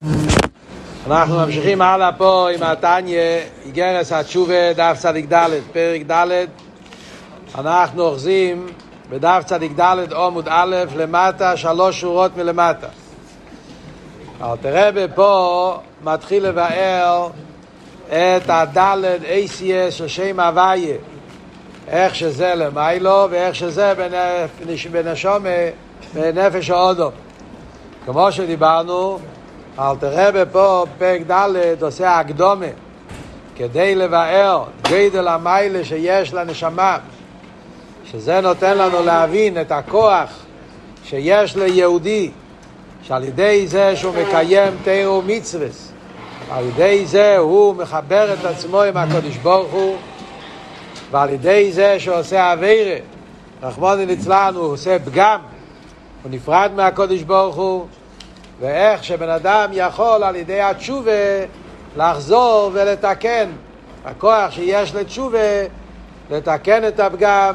אנחנו ממשיכים הלאה פה עם התניא, איגרס התשובה, דף צדיק ד', פרק ד'. אנחנו אוחזים בדף צדיק ד' עמוד א' למטה, 3 שורות מלמטה. אלתר רבי פה מתחיל לבאר את הד' ACS של שם הוויה, איך שזה למיילו ואיך שזה בנשמה בנפש האדם. כמו שדיברנו, אלתר רבי פה פרק ד' עושה הקדומה כדי לבאר גודל המיילה שיש לנשמה, שזה נותן לנו להבין את הכוח שיש ליהודי, שעל ידי זה שהוא מקיים תורה ומצוות, על ידי זה הוא מחבר את עצמו עם הקדוש ברוך הוא, ועל ידי זה שהוא עושה עבירה, רחמנא ליצלן, הוא עושה פגם, הוא נפרד מהקדוש ברוך הוא. ואיך שבן אדם יכול על ידי התשובה לחזור ולתקן, הכוח שיש לתשובה לתקן את הפגם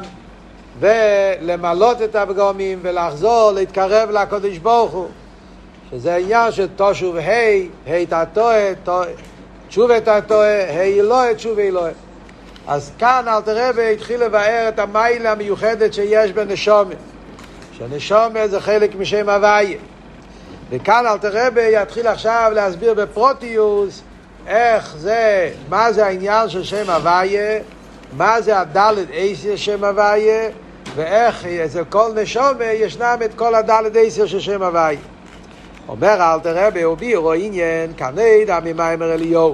ולמלות את הפגמים ולחזור להתקרב לקדוש ברוך הוא, שזה עניין של תשוב ה' תתוה תשובה תתוה ה' תשובה אלוהי. אז כאן אלתר רבי התחיל לבאר את המיילה המיוחדת שיש בנשמה, שנשמה זה חלק משם הוויה. וכאן אלתר רבי יתחיל עכשיו להסביר בפרוטיוס איך זה, מה זה העניין של שם הוויה, מה זה הדלת עשר שם הוויה, ואיך אצל כל נשמה ישנם את כל הדלת עשר של שם הוויה. אומר אלתר רבי וביארו עניין כנדע ממיימר אליהו.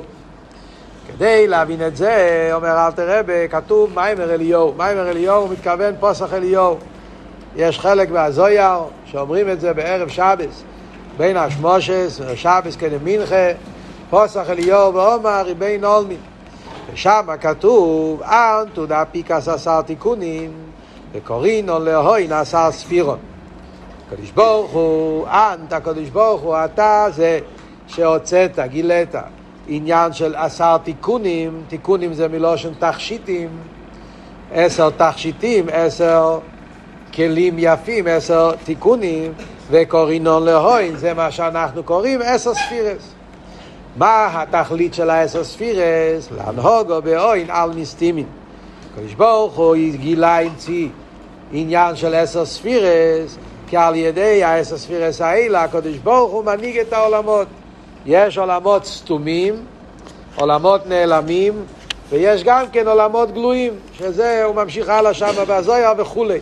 כדי להבין את זה, אומר אלתר רבי, כתוב מיימר אליהו. מיימר אליהו הוא מתכוון פוסח אליהו. יש חלק מהזויר שאומרים את זה בערב שבס בין השמושס ושבס כנמינכה, פוסח אליהו ואומר ריבין עולמין, ושם כתוב אנטו דפיקס 10 תיקונים וקורינו להוין 10 ספירון. הקדוש ברוך הוא, אנט הקדוש ברוך הוא, אתה זה שהוצאת, גילית עניין של 10 תיקונים. תיקונים זה מלושן תכשיטים, 10 תכשיטים, 10 כלים יפים, 10 תיקונים, וקורינון להוין, זה מה שאנחנו קוראים 10 ספירס. מה התכלית של 10 ספירס? להנהוגו באוין על נסתימין. הקדוש ברוך הוא גילה המציא עניין של 10 ספירס, כי על ידי 10 ספירס האלה הקדוש ברוך הוא מנהיג את העולמות. יש עולמות סתומים, עולמות נעלמים, ויש גם כן עולמות גלויים, שזה הוא ממשיך הלאה שם בזויר וכולי.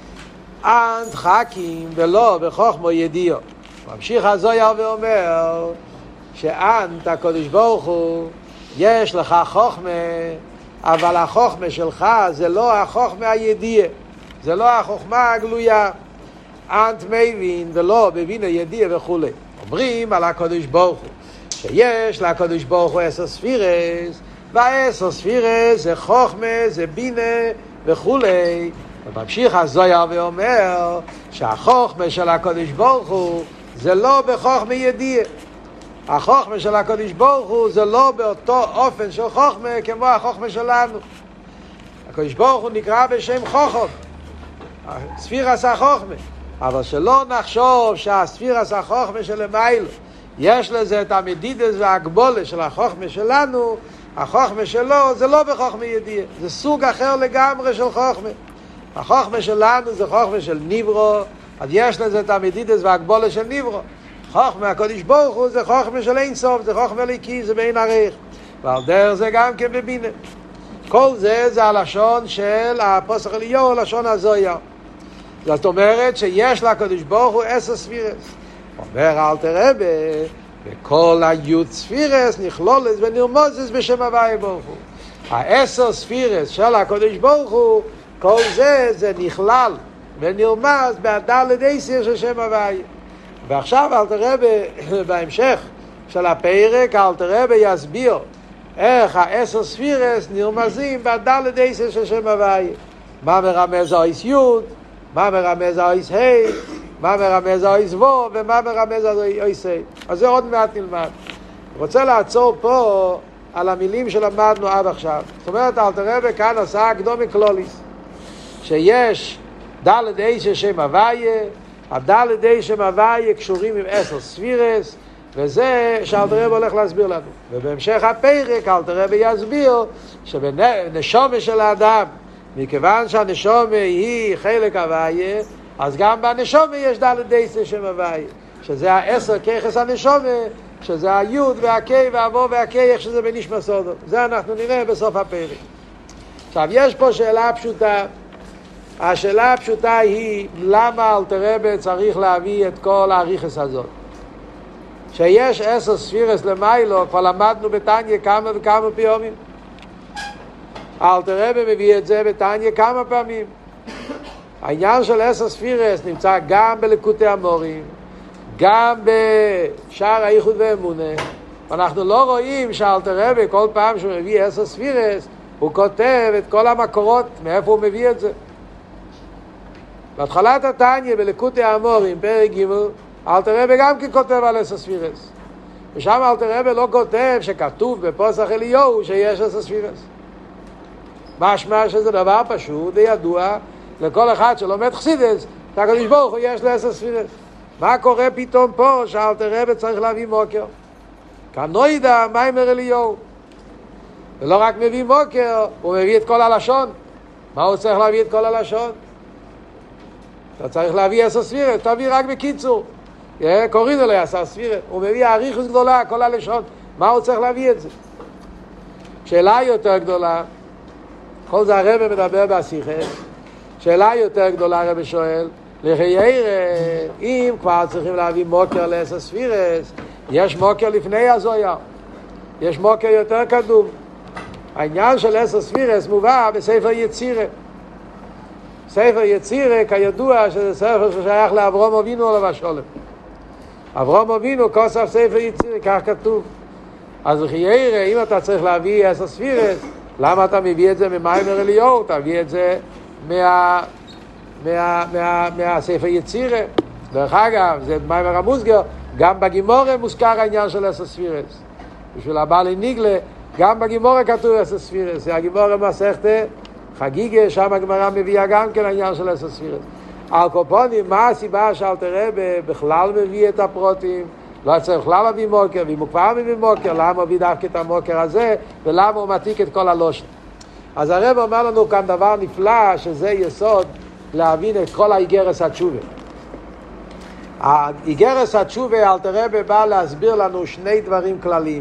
אנט חכים ולא בחוכמו ידיעו. ממשיך הזויר ואומר שאנט הקדוש ברוך הוא, יש לך חוכמה, אבל החוכמה שלך זה לא החוכמה הידיעה, זה לא החוכמה הגלויה. אנט מבין ולא מבין הידיעה וכו'. אומרים על הקדוש ברוך הוא שיש לקדוש ברוך הוא 10 ספירס, וה10 ספירס זה חוכמה, זה בינה וכו'. וממשיך הזויר ואומר שהחוכמה של הקדוש ברוך הוא זה לא בחוכמה ידיעה. החוכמה של הקדוש ברוך הוא זה לא באותו אופן של חוכמה כמו החוכמה שלנו. הקדוש ברוך הוא נקרא בשם חוכם, ספירס החוכמה, אבל שלא נחשוב שהספירס החוכמה שלמיילו יש לזה את המדידס והגבולה של החוכמה שלנו. החוכמה שלו זה לא בחוכמה ידיעה, זה סוג אחר לגמרי של חוכמה. החוכמה שלנו זה חוכמה של ניברו, אז יש לזה את המדידס והגבולה של ניברו. חוכמה הקדוש ברוך הוא זה חוכמה של אין סוף, זה חוכמה אלוקי, זה בין ערך, ועל דרך זה גם כן בבינה. כל זה זה הלשון של הפוסח אליהו, לשון הזויר. זאת אומרת שיש לקדוש ברוך הוא 10 ספירס. אומר אלתר רבי, וכל היוד ספירס נכלולת ונרמוזת בשם הוויה ברוך הוא. 10 ספירס של הקדוש ברוך הוא, כל זה זה נכלל ונרמז בהדלת עשר של שם הוויה. ועכשיו אלתר רבי בהמשך של הפרק, אלתר רבי יסביר איך 10 ספירס נרמזים בהדלת עשר של שם הוויה. מה מרמז האיס יוד, מה מרמז האיס ה', מה מרמז האיס וו, ומה מרמז האיס ה'. אז זה עוד מעט נלמד. אני רוצה לעצור פה על המילים שלמדנו עד עכשיו. זאת אומרת, אלתר רבי כאן עשה הקדומה כלוליס, שיש דלת עשר שם הוויה, הדלת שם הוויה קשורים עם 10 ספירס, וזה שאלתר רבי הולך להסביר לנו. ובהמשך הפרק אלתר רבי יסביר שבנשומה של האדם, מכיוון שהנשומה היא חלק הוויה, אז גם בנשומה יש ד' דייסה שם הוויה, שזה העשר כיחס הנשומה, שזה היוד והקי והוו והקי, איך שזה בנשמה סודו. זה אנחנו נראה בסוף הפרק. עכשיו, יש פה שאלה פשוטה. השאלה הפשוטה היא, למה אלתר רבי צריך להביא את כל האריכוס הזאת? שיש 10 ספירס למיילו, כבר למדנו בתניא כמה וכמה פעמים. אלתר רבי מביא את זה בתניא כמה פעמים. העניין של 10 ספירס נמצא גם בליקוטי המורים, גם בשער הייחוד ואמונה. אנחנו לא רואים שאלתר רבי כל פעם שהוא מביא 10 ספירס, הוא כותב את כל המקורות, מאיפה הוא מביא את זה. בהתחלת התניא בליקוטי המורים, פרק ג', אלתר רבי גם כן כותב על 10 ספירס. ושם אלתר רבי לא כותב שכתוב בפוסח אליהו שיש 10 ספירס. משמע שזה דבר פשוט וידוע לכל אחד שלומד חסידות, שהקדוש ברוך הוא יש לו 10 ספירס. מה קורה פתאום פה שאלתר רבי צריך להביא מוקר? כנוידע מיימר אליהו. ולא רק מביא מוקר, הוא מביא את כל הלשון. מה הוא צריך להביא את כל הלשון? אתה צריך להביא 10 ספירס, תביא רק בקיצור. קוראים לו 10 ספירס, הוא מביא אריכות גדולה, כל הלשון. מה הוא צריך להביא את זה? שאלה יותר גדולה, כל זה הרב מדבר בשיחה, שאלה יותר גדולה הרב שואל, לחייר, אם כבר צריכים להביא מוקר ל10 ספירס, יש מוקר לפני הזויה, יש מוקר יותר קדום. העניין של 10 ספירס מובא בספר יצירה. ספר יצירה, כידוע, שזה ספר ששייך לאברהם אבינו עליו השלום. אברהם אבינו כוסף ספר יצירה, כך כתוב. אז לחייר, אם אתה צריך להביא 10 ספירס, למה אתה מביא את זה ממיימר אליהו? תביא את זה מהספר יצירה. דרך אגב, זה מיימר המוסגר, גם בגימורה מוזכר העניין של 10 ספירס. בשביל הבעלי ניגלה, גם בגימורה כתוב 10 ספירס. זה הגימורה מסכת חגיגה, שם הגמרא מביאה גם כן העניין של 10 ספירס. על קופונים, מה הסיבה שאלתר רבי בכלל מביא את הפרוטים? לא צריך בכלל להביא מוקר, ואם הוא כבר מביא מוקר, למה מביא דווקא את המוקר הזה, ולמה הוא מתיק את כל הלושן? אז הרב אומר לנו כאן דבר נפלא, שזה יסוד להבין את כל האיגרס התשובה. האיגרס התשובה, אלתר רבי בא להסביר לנו שני דברים כלליים.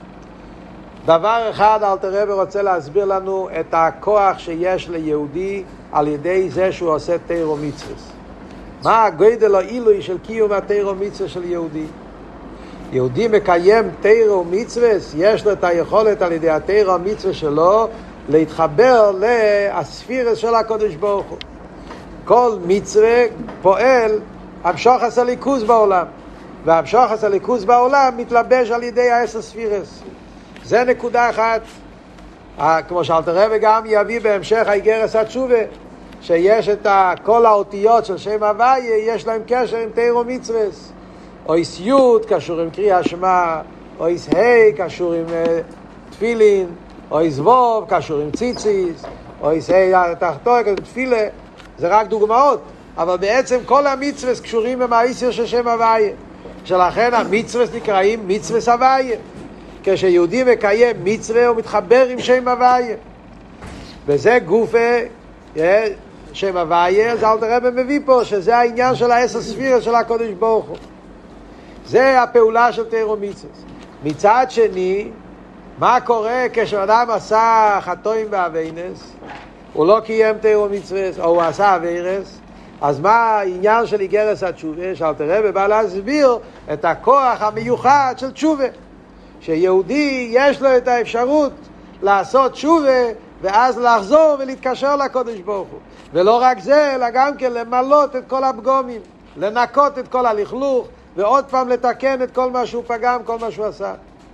דבר אחד, אלתר רבי רוצה להסביר לנו את הכוח שיש ליהודי על ידי זה שהוא עושה תורה ומצוות. מה הגודל העילוי של קיום התורה ומצוות של יהודי? יהודי מקיים תורה ומצוות, יש לו את היכולת על ידי התורה ומצוות שלו להתחבר לספירס של הקדוש ברוך הוא. כל מצווה פועל המשוחס הליכוז בעולם, והמשוחס הליכוז בעולם מתלבש על ידי 10 ספירס. זה נקודה אחת. כמו שאלתר רבי גם יביא בהמשך האיגרס התשובה, שיש את כל האותיות של שם הוויה, יש להם קשר עם תורה ומצוות. אויס יוד קשור עם קריאה שמע, אויס ה' קשור עם תפילין, אויס ווב קשור עם ציציס, אויס ה' תחתו תפילה. זה רק דוגמאות, אבל בעצם כל המצוות קשורים עם האיסר של שם הוויה, שלכן המצוות נקראים מצוות הוויה. כשיהודי מקיים מצווה הוא מתחבר עם שם הוויה, וזה גופה שם הוויה. אז אלתר רבי מביא פה שזה העניין של 10 ספירס של הקדוש ברוך הוא, זה הפעולה של תורה ומצוות. מצד שני, מה קורה כשאדם עשה חטאים ועוונס, הוא לא קיים תורה ומצוות, או הוא עשה עבירס? אז מה העניין של איגרס התשובה? שאלתר רבי בא להסביר את הכוח המיוחד של תשובה, שיהודי יש לו את האפשרות לעשות תשובה ואז לחזור ולהתקשר לקדוש ברוך הוא. ולא רק זה, אלא גם כן למלות את כל הפגומים, לנקות את כל הלכלוך, ועוד פעם לתקן את כל מה שהוא פגם, כל מה שהוא עשה.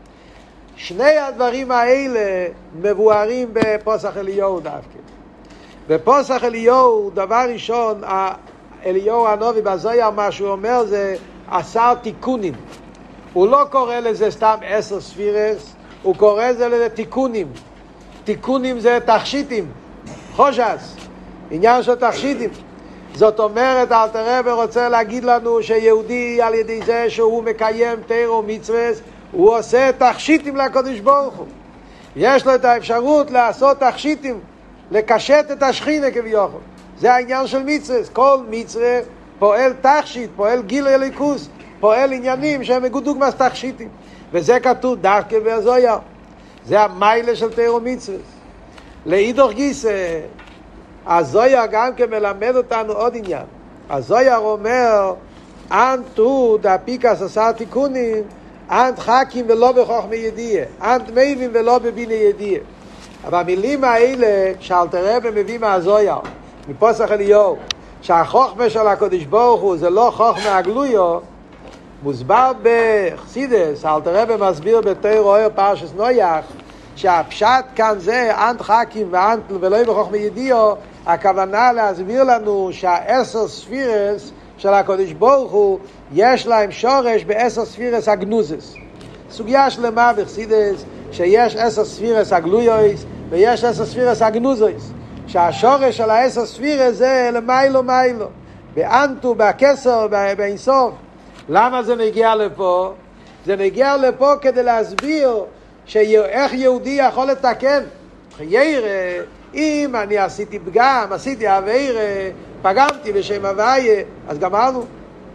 שני הדברים האלה מבוארים בפוסח אליהו דווקא. בפוסח אליהו, דבר ראשון, אליהו הנביא בזוהר, מה שהוא אומר זה 10 תיקונים. הוא לא קורא לזה סתם 10 ספירס, הוא קורא לזה תיקונים. תיקונים זה תכשיטים, חושס, עניין של תכשיטים. זאת אומרת, אלתר רבי רוצה להגיד לנו שיהודי על ידי זה שהוא מקיים תורה ומצוות, הוא עושה תכשיטים לקדוש ברוך הוא. יש לו את האפשרות לעשות תכשיטים, לקשט את השכינה כביכול. זה העניין של מצוות. כל מצווה פועל תכשיט, פועל גיל אלוקות, פועל עניינים שהם דוגמת תכשיטים. וזה כתוב דווקא בזוהר. זה המיילה של תורה ומצוות. לאידך גיסא, הזוהר גם כן מלמד אותנו עוד עניין. הזוהר אומר, אנטו דפיקס עשה תיקונים, אנט חכים ולא בחוכמה ידיעה, אנט מבין ולא בבינה ידיעה. אבל המילים האלה שאלתר רבי מביא מהזוהר, מפוסח אליהו, שהחוכמה של הקדוש ברוך הוא זה לא חוכמה הגלויה, מוסבר בחסידות, אלתר רבי מסביר בתורה אור פרשת נויח, שהפשט כאן זה אנט חכים ואנט ולא בחוכמה ידיעה, הכוונה להסביר לנו שהעשר ספירס של הקדוש ברוך הוא יש להם שורש בעשר ספירס הגנוזס. סוגיה שלמה בחסידות שיש 10 ספירס הגלויוס ויש 10 ספירס הגנוזוס, שהשורש של העשר ספירס זה למיילו מיילו, באנטו, בכסר, באינסוף. למה זה מגיע לפה? זה מגיע לפה כדי להסביר איך יהודי יכול לתקן. חיירה, אם אני עשיתי פגם, עשיתי עבירה, פגמתי בשם הוויה, אז גמרנו.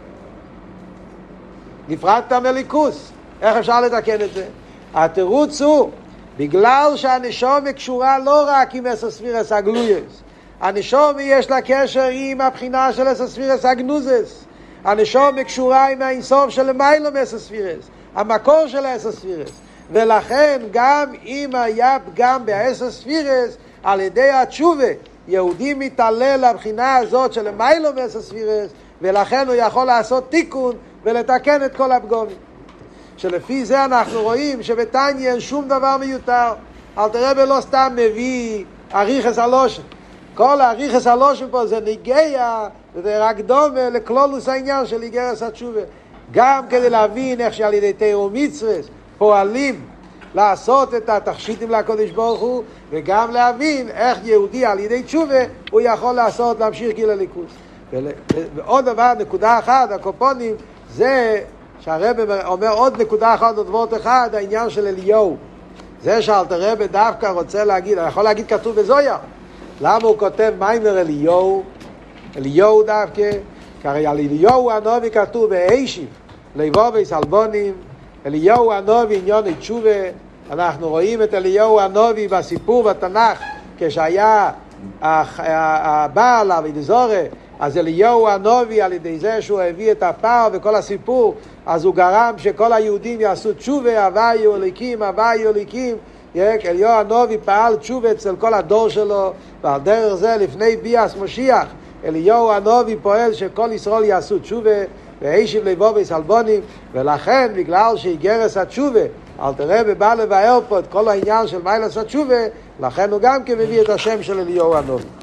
נפרדת מליכוס. איך אפשר לתקן את זה? התירוץ הוא, בגלל שהנשמה קשורה לא רק עם 10 ספירס הגלויס, הנשמה יש לה קשר עם הבחינה של 10 ספירס הגנוזס. הנשמה קשורה עם האינסוף של מיילו מ10 ספירס, המקור של 10 ספירס. ולכן גם אם היה פגם ב10 ספירס, על ידי התשובה, יהודי מתעלה לבחינה הזאת של מיילו מ10 ספירס, ולכן הוא יכול לעשות תיקון ולתקן את כל הפגמים. שלפי זה אנחנו רואים שבתניא אין שום דבר מיותר. אלתר רבי לא סתם מביא אריכס הלושן. כל אריכס הלושן פה זה ניגיה, זה רק דומה לכלולוס העניין של איגרס התשובה. גם כדי להבין איך שעל ידי תורה ומצוות פועלים לעשות את התכשיטים לקדוש ברוך הוא, וגם להבין איך יהודי על ידי תשובה הוא יכול לעשות, להמשיך גיל הליכוז. ועוד דבר, נקודה אחת, הקופונים, זה שהרבי אומר עוד נקודה אחת, עוד וורט אחד, העניין של אליהו. זה שאלתר רבי דווקא רוצה להגיד, אני יכול להגיד כתוב בזוהר. למה הוא כותב מיימר אליהו? אליהו דווקא, כי הרי על אליהו הנביא כתוב בהישיב, לבבי סלבונים, אליהו הנביא עניון תשובה. אנחנו רואים את אליהו הנביא בסיפור בתנ"ך, כשהיה הבעל אבידזורה, אז אליהו הנביא על ידי זה שהוא הביא את הפער וכל הסיפור, אז הוא גרם שכל היהודים יעשו תשובה, הוויו אליקים, הוויו אליקים. אליהו הנביא פעל תשובה אצל כל הדור שלו, ועל דרך זה לפני ביאס משיח אליהו הנביא פועל שכל ישראל יעשו תשובה, והישיב לבבי סלבונים. ולכן בגלל שאיגרס התשובה אלתר רבי בא לבאר פה את כל העניין של מיילס התשובה, לכן הוא גם כן מביא את השם של אליהו הנביא.